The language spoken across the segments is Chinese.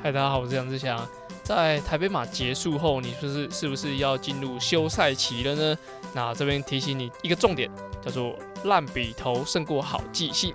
嗨，大家好，我是杨志祥。在台北马结束后，你是不是要进入休赛期了呢？那这边提醒你一个重点，叫做烂笔头胜过好记性。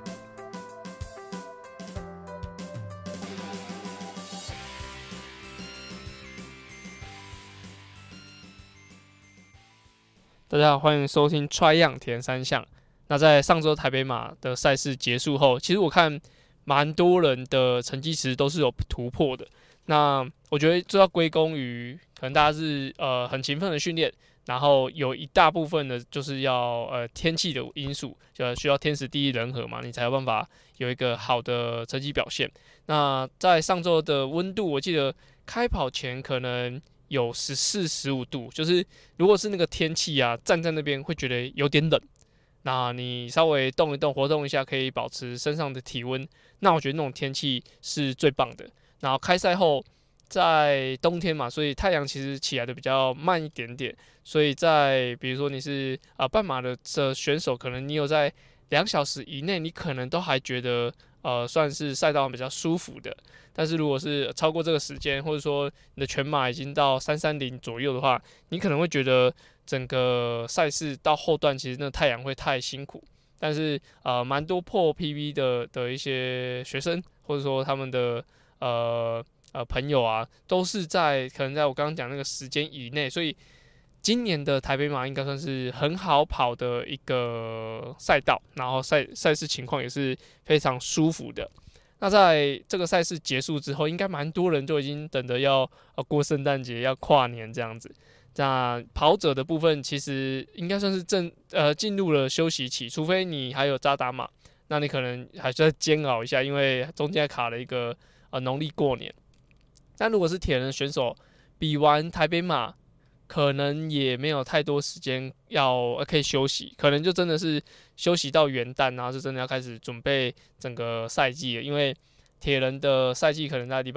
大家好，欢迎收听 Try 样田三项。那在上周台北马的赛事结束后，其实我看蛮多人的成绩其实都是有突破的。那我觉得这要归功于可能大家是很勤奋的训练，然后有一大部分的就是要天气的因素，就需要天时地利人和嘛，你才有办法有一个好的成绩表现。那在上周的温度，我记得开跑前可能有14、15度，就是如果是那个天气啊，站在那边会觉得有点冷。那你稍微动一动、活动一下，可以保持身上的体温。那我觉得那种天气是最棒的。然后开赛后，在冬天嘛，所以太阳其实起来的比较慢一点点。所以在比如说你是半马的选手，可能你有在2小时以内，你可能都还觉得算是赛道比较舒服的。但是如果是超过这个时间，或者说你的全马已经到330左右的话，你可能会觉得整个赛事到后段其实那太阳会太辛苦。但是蛮多破 PB 的一些学生，或者说他们的朋友啊，都是可能在我刚刚讲那个时间以内，所以今年的台北马应该算是很好跑的一个赛道，然后赛事情况也是非常舒服的。那在这个赛事结束之后，应该蛮多人都已经等着要过圣诞节、要跨年这样子。那跑者的部分其实应该算是进入了休息期，除非你还有扎达马，那你可能还是要煎熬一下，因为中间卡了一个农历过年。但如果是铁人选手，比完台北马，可能也没有太多时间可以休息，可能就真的是休息到元旦，然后就真的要开始准备整个赛季了。因为铁人的赛季可能在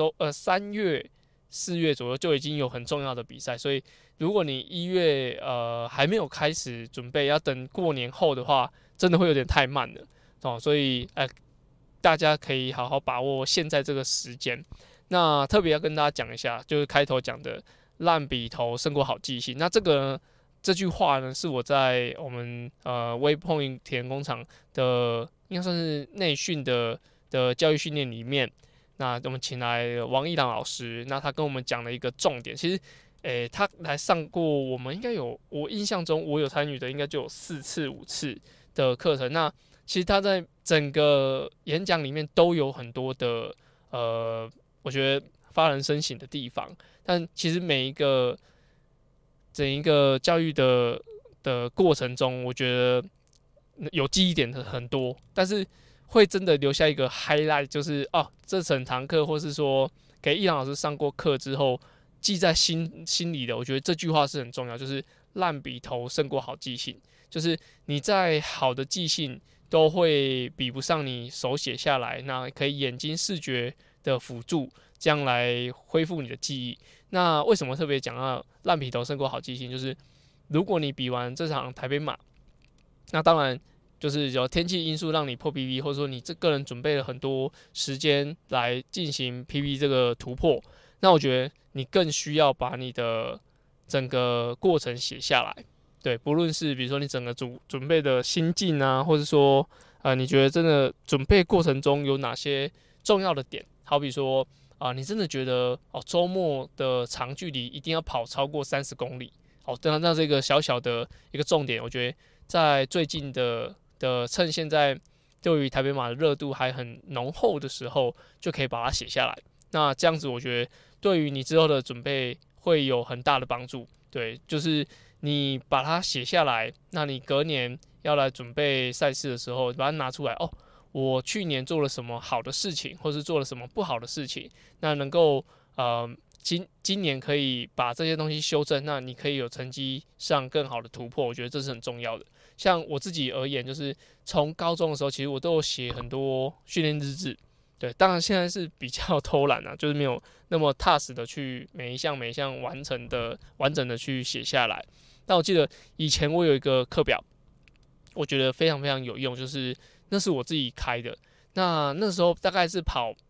3月、4月左右就已经有很重要的比赛，所以如果你1月还没有开始准备，要等过年后的话，真的会有点太慢了哦。所以大家可以好好把握现在这个时间。那特别要跟大家讲一下，就是开头讲的烂笔头胜过好记性。那这句话呢，是我在我们Waypoint 铁人工厂的应该算是内训的教育训练里面，那我们请来王一郎老师，那他跟我们讲了一个重点。其实，他来上过我们应该有，我印象中我有参与的应该就有4次、5次的课程。那其实他在整个演讲里面都有很多的我觉得发人深省的地方。但其实整一个教育的过程中，我觉得有记忆点的很多，但是会真的留下一个 highlight， 就是这整堂课，或是说给易朗老师上过课之后记在心里的，我觉得这句话是很重要，就是烂笔头胜过好记性。就是你在好的记性都会比不上你手写下来，那可以眼睛视觉的辅助，这样来恢复你的记忆。那为什么特别讲到烂笔头胜过好记性？就是如果你比完这场台北马，那当然就是有天气因素让你破 PB， 或者说你这个人准备了很多时间来进行 PB 这个突破，那我觉得你更需要把你的整个过程写下来。对，不论是比如说你整个准备的心境啊，或者说你觉得真的准备过程中有哪些重要的点，好比说你真的觉得周末的长距离一定要跑超过30公里，那这个小小的一个重点，我觉得在最近的趁现在对于台北马的热度还很浓厚的时候，就可以把它写下来。那这样子，我觉得对于你之后的准备会有很大的帮助。对，就是你把它写下来，那你隔年要来准备赛事的时候，把它拿出来我去年做了什么好的事情，或是做了什么不好的事情，那能够今年可以把这些东西修正，那你可以有成绩上更好的突破，我觉得这是很重要的。像我自己而言，就是从高中的时候，其实我都有写很多训练日志。对，当然现在是比较偷懒就是没有那么踏实的去每一项完整的去写下来。但我记得以前我有一个课表，我觉得非常非常有用，就是那是我自己开的。那时候大概是跑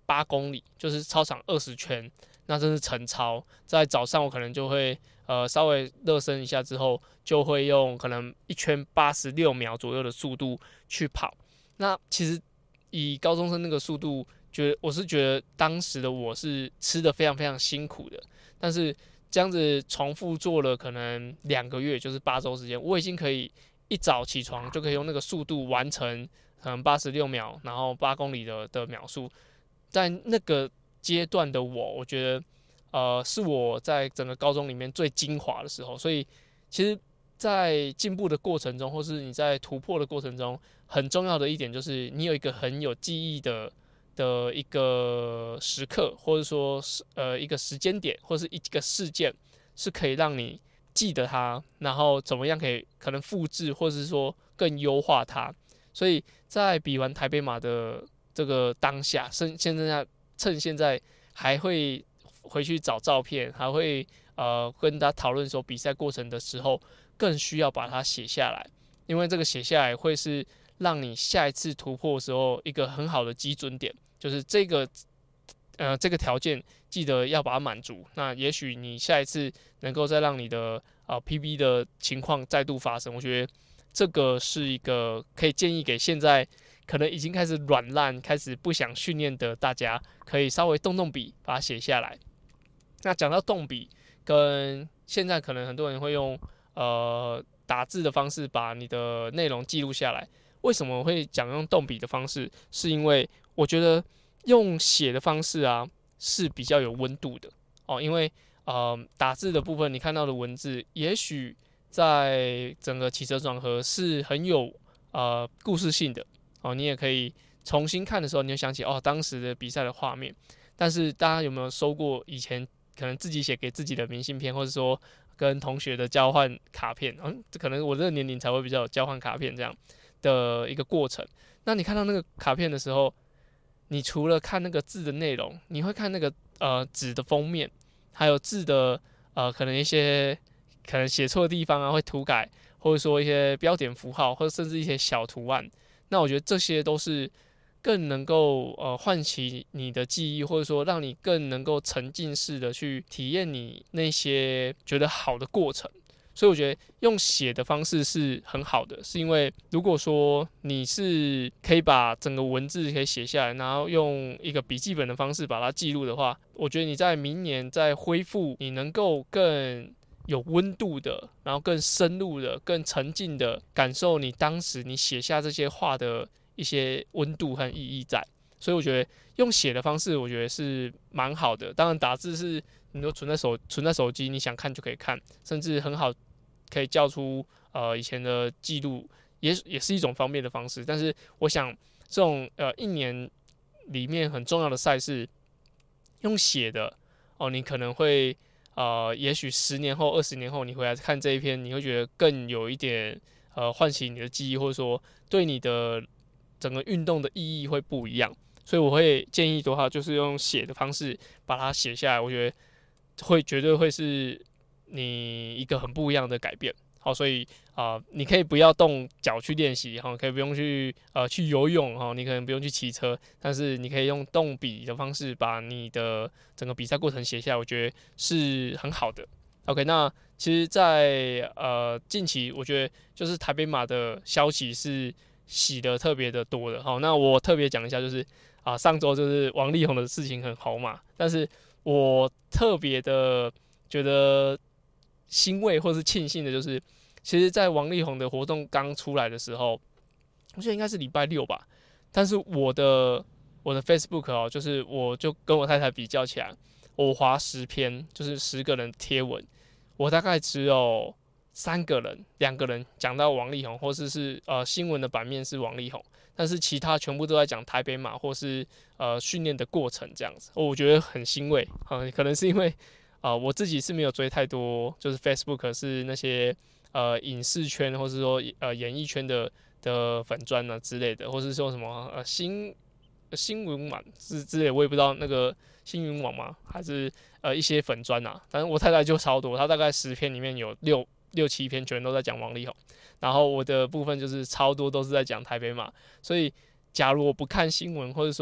8公里，就是操场20圈，那真是晨操。在早上我可能就会稍微热身一下之后，就会用可能1圈86秒左右的速度去跑。那其实以高中生那个速度，我是觉得当时的我是吃得非常非常辛苦的，但是这样子重复做了可能2个月，就是8周时间，我已经可以一早起床就可以用那个速度完成可能86秒，然后8公里的秒数。在那个阶段的我觉得是我在整个高中里面最精华的时候。所以其实在进步的过程中，或是你在突破的过程中，很重要的一点就是你有一个很有记忆的一个时刻，或者说一个时间点，或是一个事件，是可以让你记得它，然后怎么样可能复制，或是说更优化它。所以在比完台北马的这个当下，趁现在还会回去找照片，还会跟大家讨论说比赛过程的时候，更需要把它写下来，因为这个写下来会是让你下一次突破的时候一个很好的基准点，就是这个条件记得要把它满足。那也许你下一次能够再让你的PB 的情况再度发生，我觉得这个是一个可以建议给现在可能已经开始软烂、开始不想训练的大家，可以稍微动动笔把它写下来。那讲到动笔，跟现在可能很多人会用打字的方式把你的内容记录下来。为什么会讲用动笔的方式？是因为我觉得用写的方式啊是比较有温度的哦。因为打字的部分你看到的文字，也许在整个起承转合是很有故事性的哦。你也可以重新看的时候，你会想起当时的比赛的画面。但是大家有没有收过以前可能自己写给自己的明信片，或者说跟同学的交换卡片？可能我这个年龄才会比较有交换卡片这样的一个过程。那你看到那个卡片的时候，你除了看那个字的内容，你会看那个纸的封面，还有字的可能一些可能写错的地方啊会涂改，或者说一些标点符号，或者甚至一些小图案。那我觉得这些都是更能够唤起你的记忆，或者说让你更能够沉浸式的去体验你那些觉得好的过程。所以我觉得用写的方式是很好的，是因为如果说你是可以把整个文字可以写下来，然后用一个笔记本的方式把它记录的话，我觉得你在明年在恢复，你能够更有温度的，然后更深入的、更沉浸的感受你当时你写下这些话的一些温度和意义在。所以我觉得用写的方式，我觉得是蛮好的。当然打字是你都存在手机，你想看就可以看，甚至很好可以叫出以前的记录，也是一种方便的方式。但是我想这种一年里面很重要的赛事，用写的你可能会也许10年后、20年后你回来看这一篇，你会觉得更有一点唤起你的记忆，或者说对你的整个运动的意义会不一样。所以我会建议的话，就是用写的方式把它写下来，我觉得绝对会是你一个很不一样的改变。好，所以你可以不要动脚去练习，可以不用去游泳，你可能不用去骑车，但是你可以用动笔的方式把你的整个比赛过程写下来，我觉得是很好的。OK， 那其实在近期，我觉得就是台北马的消息是洗的特别的多的。好，那我特别讲一下，就是上周就是王力宏的事情很红嘛，但是我特别的觉得欣慰或是庆幸的就是，其实，在王力宏的活动刚出来的时候，我记得应该是礼拜6吧，但是我的 Facebook 就是我就跟我太太比较起来，我滑10篇，就是10个人贴文，我大概只有3个人、2个人讲到王力宏，或是新闻的版面是王力宏，但是其他全部都在讲台北马或是训练的过程这样子，我觉得很欣慰。可能是因为我自己是没有追太多，就是 Facebook 是那些影视圈或是说演艺圈的粉专啊之类的，或是说什么新闻网之类的，我也不知道那个新闻网吗？还是一些粉专啊？反正我太太就超多，她大概10篇里面有6-7篇全都在讲王力宏，然后我的部分就是超多都是在讲台北马。所以假如我不看新闻，或者说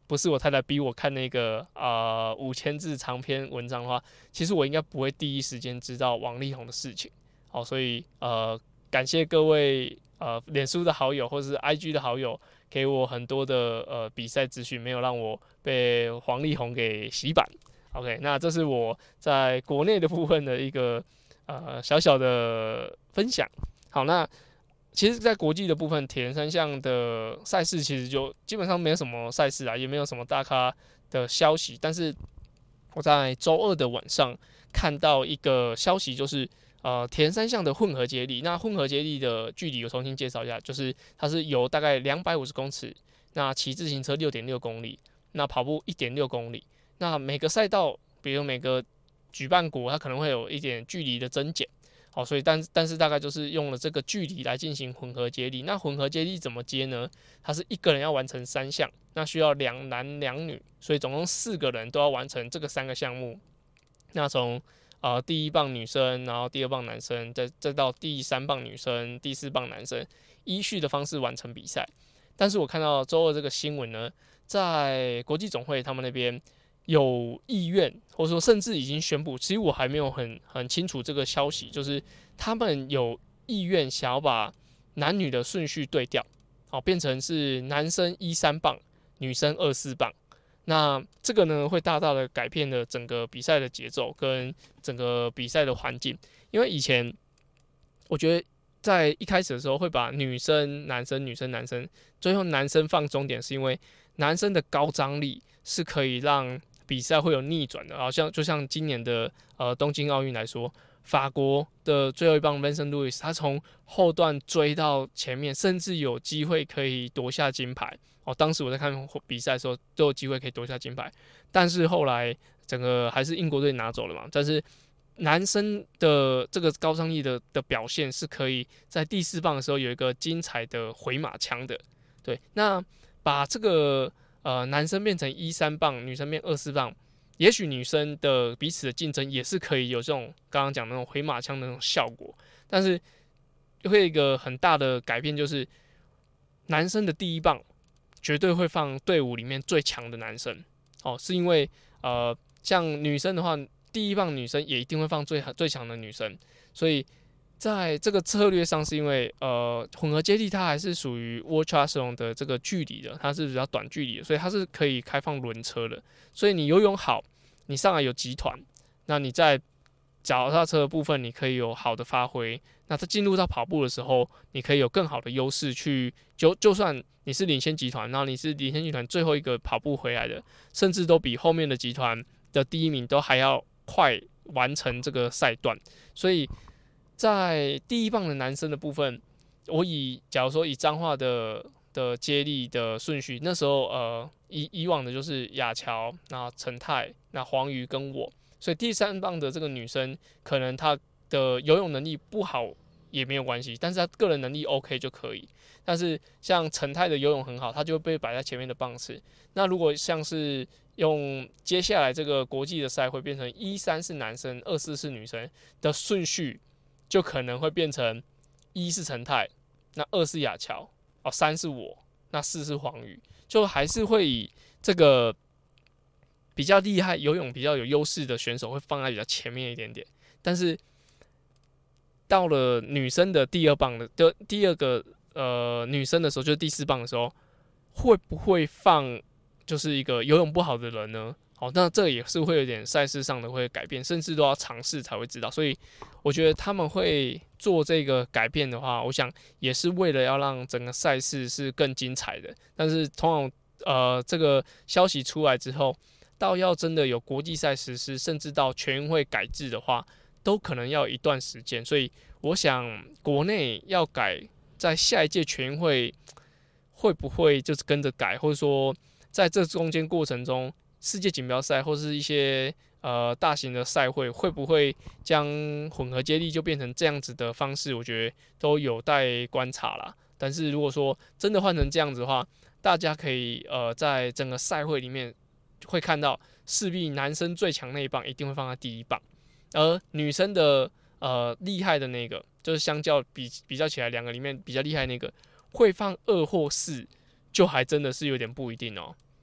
不是我太太逼我看那个5000字长篇文章的话，其实我应该不会第一时间知道王力宏的事情。好，所以感谢各位脸书的好友或是 IG 的好友，给我很多的比赛资讯，没有让我被黄力宏给洗版。OK，那这是我在国内的部分的一个小小的分享。好，那其实，在国际的部分，铁人三项的赛事其实就基本上没有什么赛事啊，也没有什么大咖的消息。但是我在周二的晚上看到一个消息，就是铁人三项的混合接力。那混合接力的距离我重新介绍一下，就是它是游大概250公尺，那骑自行车6.6公里，那跑步1.6公里。那每个赛道，比如每个举办国，它可能会有一点距离的增减。好，所以但是大概就是用了这个距离来进行混合接力。那混合接力怎么接呢？它是一个人要完成3项，那需要2男2女，所以总共4个人都要完成这个3个项目。那从第1棒女生，然后第2棒男生，再到第3棒女生、第4棒男生，依序的方式完成比赛。但是我看到周二这个新闻呢，在国际总会他们那边有意愿，或者说甚至已经宣布，其实我还没有很清楚这个消息，就是他们有意愿想要把男女的顺序对调，好，变成是男生13棒，女生24棒。那这个呢，会大大的改变了整个比赛的节奏跟整个比赛的环境，因为以前我觉得在一开始的时候会把女生、男生、女生、男生，最后男生放终点，是因为男生的高张力是可以让比赛会有逆转的，就像今年的东京奥运来说，法国的最后一棒 Vincent Luis， 他从后段追到前面，甚至有机会可以夺下金牌。当时我在看比赛的时候都有机会可以夺下金牌，但是后来整个还是英国队拿走了嘛。但是男生的这个高张力的表现是可以在第4棒的时候有一个精彩的回马枪的。对，那把这个男生变成13棒，女生变24棒，也许女生的彼此的竞争也是可以有这种刚刚讲的那种回马枪的那种效果，但是会有一个很大的改变，就是男生的第1棒绝对会放队伍里面最强的男生。是因为像女生的话，第1棒女生也一定会放最强的女生，所以在这个策略上，是因为混合接力它还是属于 World Triathlon 的这个距离的，它是比较短距离的，所以它是可以开放轮车的。所以你游泳好，你上来有集团，那你在脚踏车的部分你可以有好的发挥，那在进入到跑步的时候，你可以有更好的优势去就算你是领先集团，然后你是领先集团最后一个跑步回来的，甚至都比后面的集团的第1名都还要快完成这个赛段。所以在第1棒的男生的部分，假如说以彰化的接力的顺序，那时候以往的就是亚乔、那陈泰、那黄瑜跟我，所以第3棒的这个女生可能她的游泳能力不好也没有关系，但是她个人能力 OK 就可以。但是像陈泰的游泳很好，她就被摆在前面的棒次。那如果像是用接下来这个国际的赛会变成13是男生，24是女生的顺序，就可能会变成1是陈泰，那2是亚乔，3是我，那4是黄瑜，就还是会以这个比较厉害、游泳比较有优势的选手会放在比较前面一点点。但是到了女生的第2棒的第2个女生的时候，就是第4棒的时候，会不会放就是一个游泳不好的人呢？那这也是会有点赛事上的会改变，甚至都要尝试才会知道。所以我觉得他们会做这个改变的话，我想也是为了要让整个赛事是更精彩的。但是通常这个消息出来之后，到要真的有国际赛实施，甚至到全运会改制的话，都可能要一段时间。所以我想国内要改，在下一届全运会会不会就是跟着改，或者说在这中间过程中，世界锦标赛或是一些大型的赛会会不会将混合接力就变成这样子的方式，我觉得都有待观察啦。但是如果说真的换成这样子的话，大家可以在整个赛会里面会看到，势必男生最强那一棒一定会放在第1棒，而女生的厉害的那个，就是相较比较起来，2个里面比较厉害那个会放2或4，就还真的是有点不一定哦。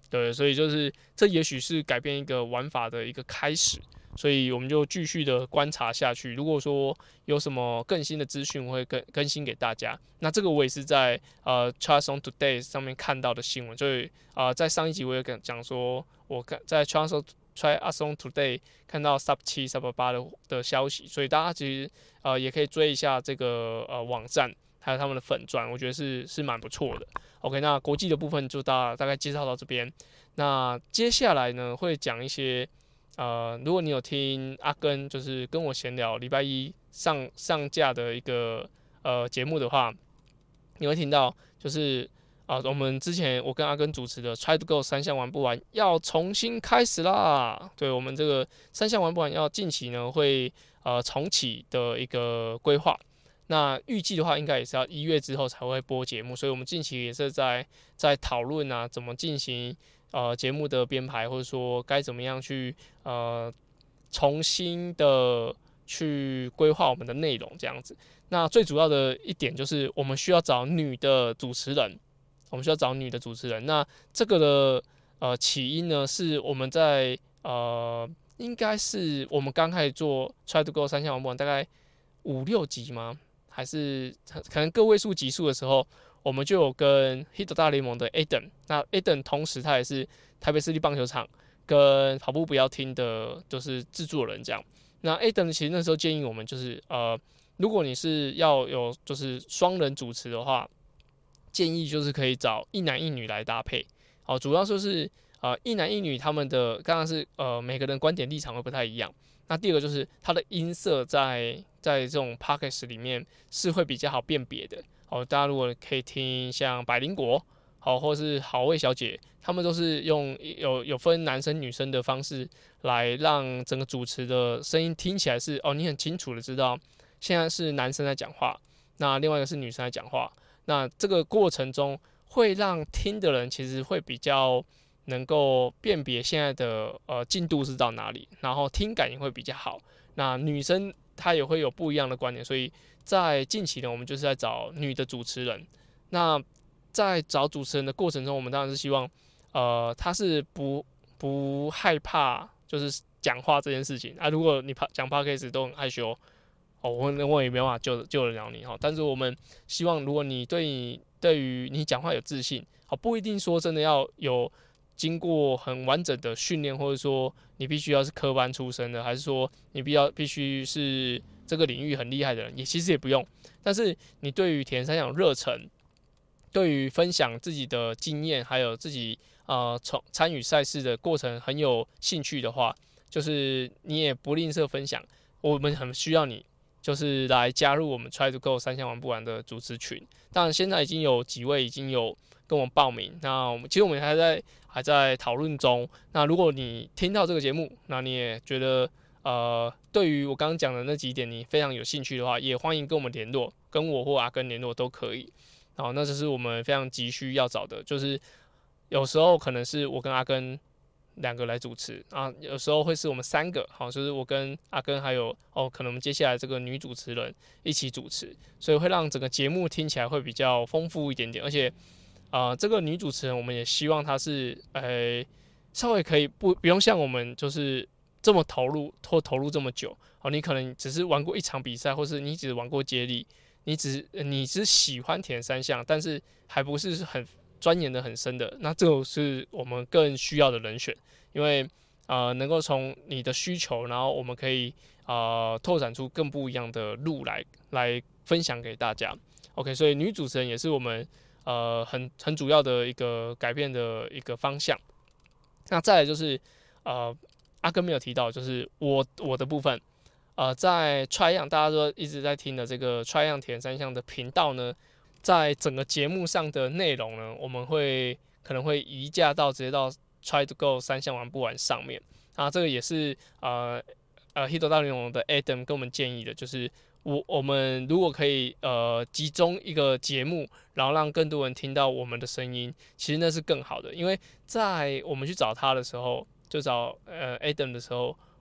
对，所以就是这也许是改变一个玩法的一个开始，所以我们就继续的观察下去。如果说有什么更新的资讯，我会更新给大家。那这个我也是在Charts on Today 上面看到的新闻，所以在上一集我也讲说，我在 Charts on Today 看到 Sub 7、Sub 8的消息，所以大家其实也可以追一下这个网站，还有他们的粉专，我觉得是蛮不错的。OK，那国际的部分就大概介绍到这边。那接下来呢，会讲一些如果你有聽阿根就是跟我闲聊礼拜一上架的一个节目的话，你会听到就是我们之前我跟阿根主持的 Try to Go 三项玩不完要重新开始啦。对，我们这个三项玩不完要近期呢会重启的一个规划。那预计的话，应该也是要1月之后才会播节目，所以我们近期也是在讨论啊，怎么进行节目的编排，或者说该怎么样去重新的去规划我们的内容这样子。那最主要的一点就是我们需要找女的主持人，那这个的起因呢，是我们在应该是我们刚开始做 Try to Go 三项玩不完大概5、6集吗？还是可能个位数集数的时候，我们就有跟 Hit 大联盟的 Adam， 那 Adam 同时他也是台北市立棒球场跟跑步不要听的，就是制作人这样。那 Adam 其实那时候建议我们就是如果你是要有就是双人主持的话，建议就是可以找一男一女来搭配。好，主要就是一男一女他们的刚刚是每个人观点立场会不太一样。那第二个就是它的音色在这种 podcast 里面是会比较好辨别的。好，大家如果可以听像百灵果，好，或是好味小姐，他们都是用有分男生女生的方式来让整个主持的声音听起来是你很清楚的知道现在是男生在讲话，那另外一个是女生在讲话。那这个过程中会让听的人其实会比较能够辨别现在的进度是到哪里，然后听感也会比较好。那女生她也会有不一样的观点，所以在近期呢，我们就是在找女的主持人。那在找主持人的过程中，我们当然是希望她是不害怕就是讲话这件事情啊。如果你讲 podcast 都很害羞我也没办法救得了你。但是我们希望，如果你对于你讲话有自信，不一定说真的要有经过很完整的训练，或者说你必须要是科班出身的，还是说你必须是这个领域很厉害的人，其实也不用。但是你对于铁人三项有热忱，对于分享自己的经验，还有自己参与赛事的过程很有兴趣的话，就是你也不吝啬分享，我们很需要你。就是来加入我们 Try to Go 三项玩不完的主持群。当然，现在已经有几位已经有跟我们报名。那其实我们还在讨论中。那如果你听到这个节目，那你也觉得对于我刚刚讲的那几点你非常有兴趣的话，也欢迎跟我们联络，跟我或阿根联络都可以。好，那这是我们非常急需要找的，就是有时候可能是我跟阿根2个来主持啊，有时候会是我们3个，好，就是我跟阿根还有可能我们接下来这个女主持人一起主持，所以会让整个节目听起来会比较丰富一点点。而且这个女主持人我们也希望她是稍微可以不用像我们就是这么投入这么久。你可能只是玩过1场比赛，或是你只玩过接力，你只喜欢铁人三项，但是还不是很钻研的很深的，那这个是我们更需要的人选。因为能够从你的需求，然后我们可以拓展出更不一样的路来分享给大家。OK， 所以女主持人也是我们很主要的一个改变的一个方向。那再来就是阿根没有提到，就是我的部分在 Try 样大家都一直在听的这个 Try 样铁人三项的频道呢，在整个节目上的内容呢，我们可能会移驾到直接到 Try to Go 三项玩不完上面。这个也是Hito 大联盟的 Adam 跟我们建议的，就是我们如果可以集中一个节目，然后让更多人听到我们的声音，其实那是更好的。因为在我们去找他的时候，就找Adam 的时候，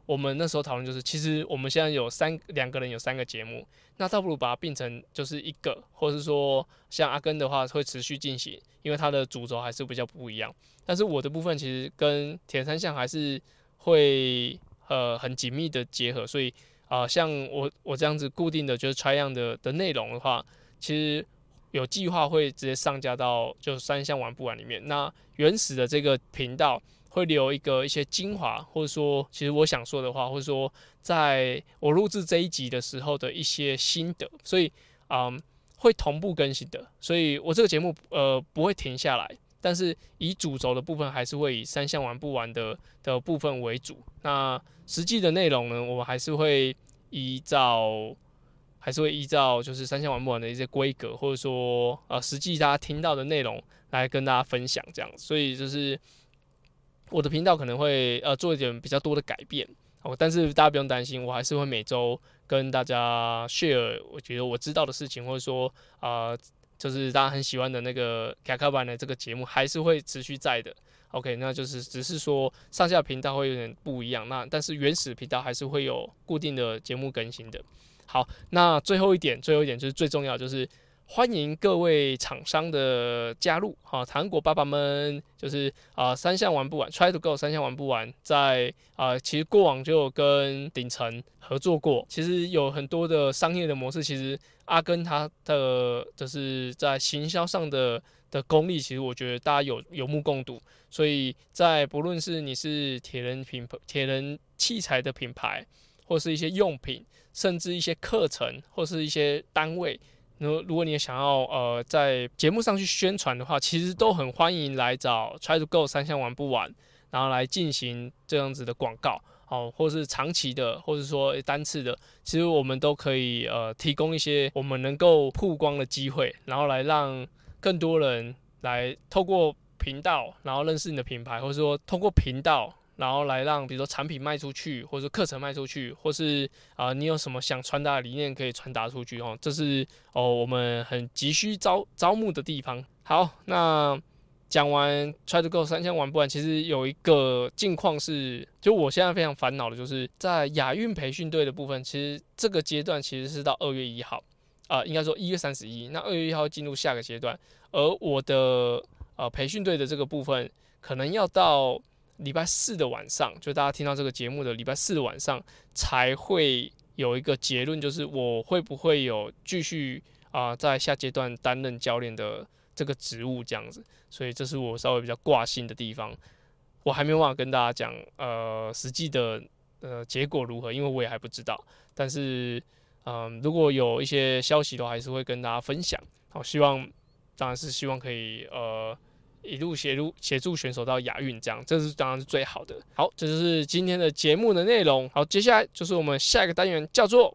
我们那时候讨论就是，其实我们现在有两个人有3个节目，那倒不如把它并成就是一个，或是说像阿根的话会持续进行，因为它的主轴还是比较不一样。但是我的部分其实跟铁三项还是会很紧密的结合，所以像我这样子固定的就是 Tri 的内容的话，其实有计划会直接上架到就3项玩不完里面。那原始的这个频道会留一些精华，或者说其实我想说的话，或者说在我录制这一集的时候的一些心得，所以会同步更新的。所以我这个节目不会停下来。但是以主轴的部分还是会以3项玩不完的部分为主。那实际的内容呢，我们还是会依照就是3项玩不完的一些规格，或者说实际大家听到的内容来跟大家分享这样。所以就是我的频道可能会做一点比较多的改变。但是大家不用担心，我还是会每周跟大家 share 我觉得我知道的事情，或者说就是大家很喜欢的那个卡卡版的这个节目还是会持续在的。OK， 那就是只是说上下频道会有点不一样，但是原始频道还是会有固定的节目更新的。好，那最后一点就是最重要，就是欢迎各位厂商的加入糖果爸爸们，就是3项玩不完 ，Try to Go 3项玩不完，在其实过往就有跟鼎成合作过，其实有很多的商业的模式，其实阿根他的就是在行销上的功力，其实我觉得大家有目共睹，所以在不论是你是铁人器材的品牌，或是一些用品，甚至一些课程，或是一些单位。如果你也想要在节目上去宣传的话，其实都很欢迎来找 Try to Go 3项玩不完，然后来进行这样子的广告，或是长期的，或是说单次的，其实我们都可以提供一些我们能够曝光的机会，然后来让更多人来透过频道，然后认识你的品牌，或者说透过频道。然后来让比如说产品卖出去，或者说课程卖出去，或是你有什么想传达的理念可以传达出去这是我们很急需招募的地方。好，那讲完 Try to Go 3项玩不完，其实有一个近况是，就我现在非常烦恼的，就是在亚运培训队的部分，其实这个阶段其实是到2月1号，应该说1月31，那2月1号进入下个阶段，而我的培训队的这个部分可能要到礼拜4的晚上，就大家听到这个节目的礼拜4的晚上，才会有一个结论，就是我会不会有继续在下阶段担任教练的这个职务这样子。所以这是我稍微比较挂心的地方，我还没有办法跟大家讲实际的结果如何，因为我也还不知道。但是如果有一些消息的话，还是会跟大家分享。好，当然是希望可以一路协助选手到亚运，这样这是当然是最好的。好，这就是今天的节目的内容。好，接下来就是我们下一个单元，叫做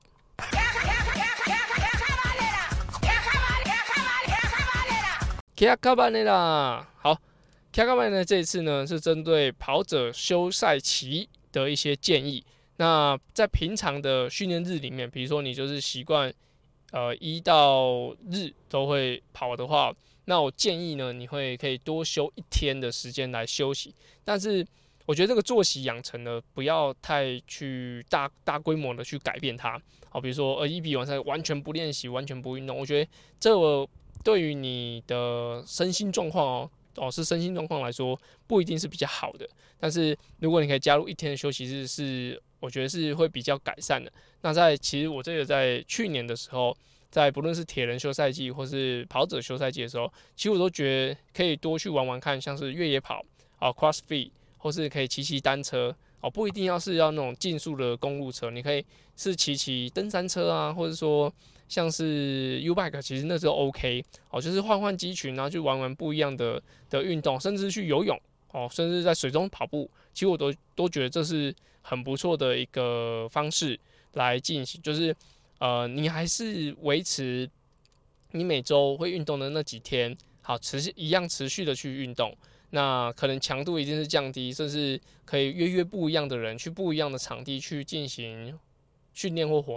卡卡巴内拉。好，卡卡巴内拉这一次呢是针对跑者休赛期的一些建议。那在平常的训练日里面，比如说你就是习惯1到日都会跑的话，那我建议呢，你可以多休1天的时间来休息。但是我觉得这个作息养成呢，不要太去大规模的去改变它。好，比如说1比完赛完全不练习，完全不运动，我觉得这对于你的身心状况是身心状况来说，不一定是比较好的。但是如果你可以加入1天的休息日，是我觉得是会比较改善的。那其实我这个在去年的时候，在不论是铁人休赛季或是跑者休赛季的时候，其实我都觉得可以多去玩玩看，像是越野跑CrossFit， 或是可以骑单车不一定要那种竞速的公路车，你可以是骑登山车啊，或者说像是 U-Bike， 其实那时候 OK 就是换肌群，然后去玩不一样的运动，甚至去游泳甚至在水中跑步，其实我都觉得这是很不错的一个方式来进行，就是你还是维持你每周会运动的那几天，好一样持续的去运动。那可能强度一定是降低，甚至可以约不一样的人去不一样的场地去进行训练或活动。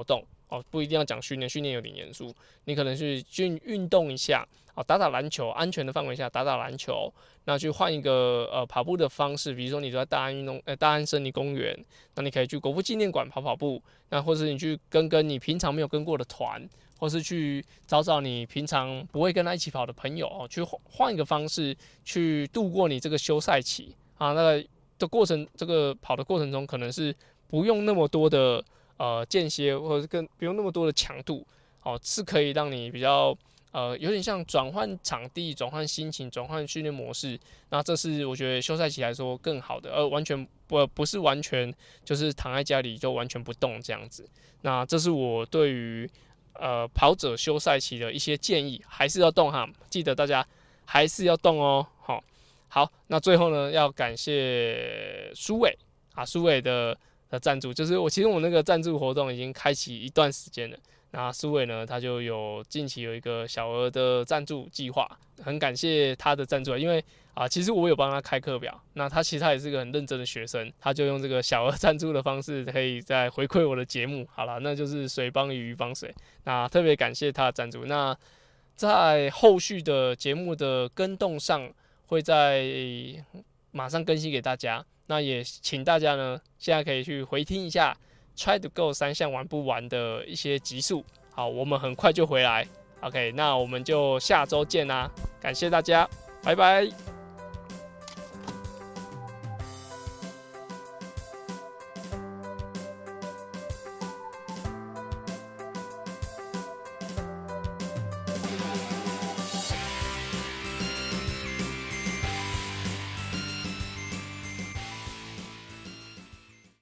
哦，不一定要讲训练，训练有点严肃，你可能去运动一下，哦，打打篮球，安全的范围下打打篮球，那去换一个跑步的方式，比如说你在大安森林公园，那你可以去国父纪念馆跑跑步，那或是你去跟你平常没有跟过的团，或是去找你平常不会跟他一起跑的朋友，哦，去换一个方式去度过你这个休赛期啊，那这个跑的过程中可能是不用那么多的间歇，或者是不用那么多的强度，哦，是可以让你比较有点像转换场地、转换心情、转换训练模式。那这是我觉得休赛期来说更好的，完全不是完全就是躺在家里就完全不动这样子。那这是我对于跑者休赛期的一些建议，还是要动哈，记得大家还是要动哦。好，那最后呢，要感谢苏伟啊，苏伟的赞助，就是其实我那个赞助活动已经开启一段时间了。那苏伟呢，他就近期有一个小额的赞助计划，很感谢他的赞助，因为其实我有帮他开课表，那他其实也是个很认真的学生，他就用这个小额赞助的方式，可以再回馈我的节目。好了，那就是水帮鱼，鱼帮水。那特别感谢他的赞助。那在后续的节目的更动上，会在马上更新给大家。那也请大家呢，现在可以去回听一下 Try to Go 3项玩不完的一些集数。好，我们很快就回来。OK， 那我们就下周见啦，感谢大家，拜拜。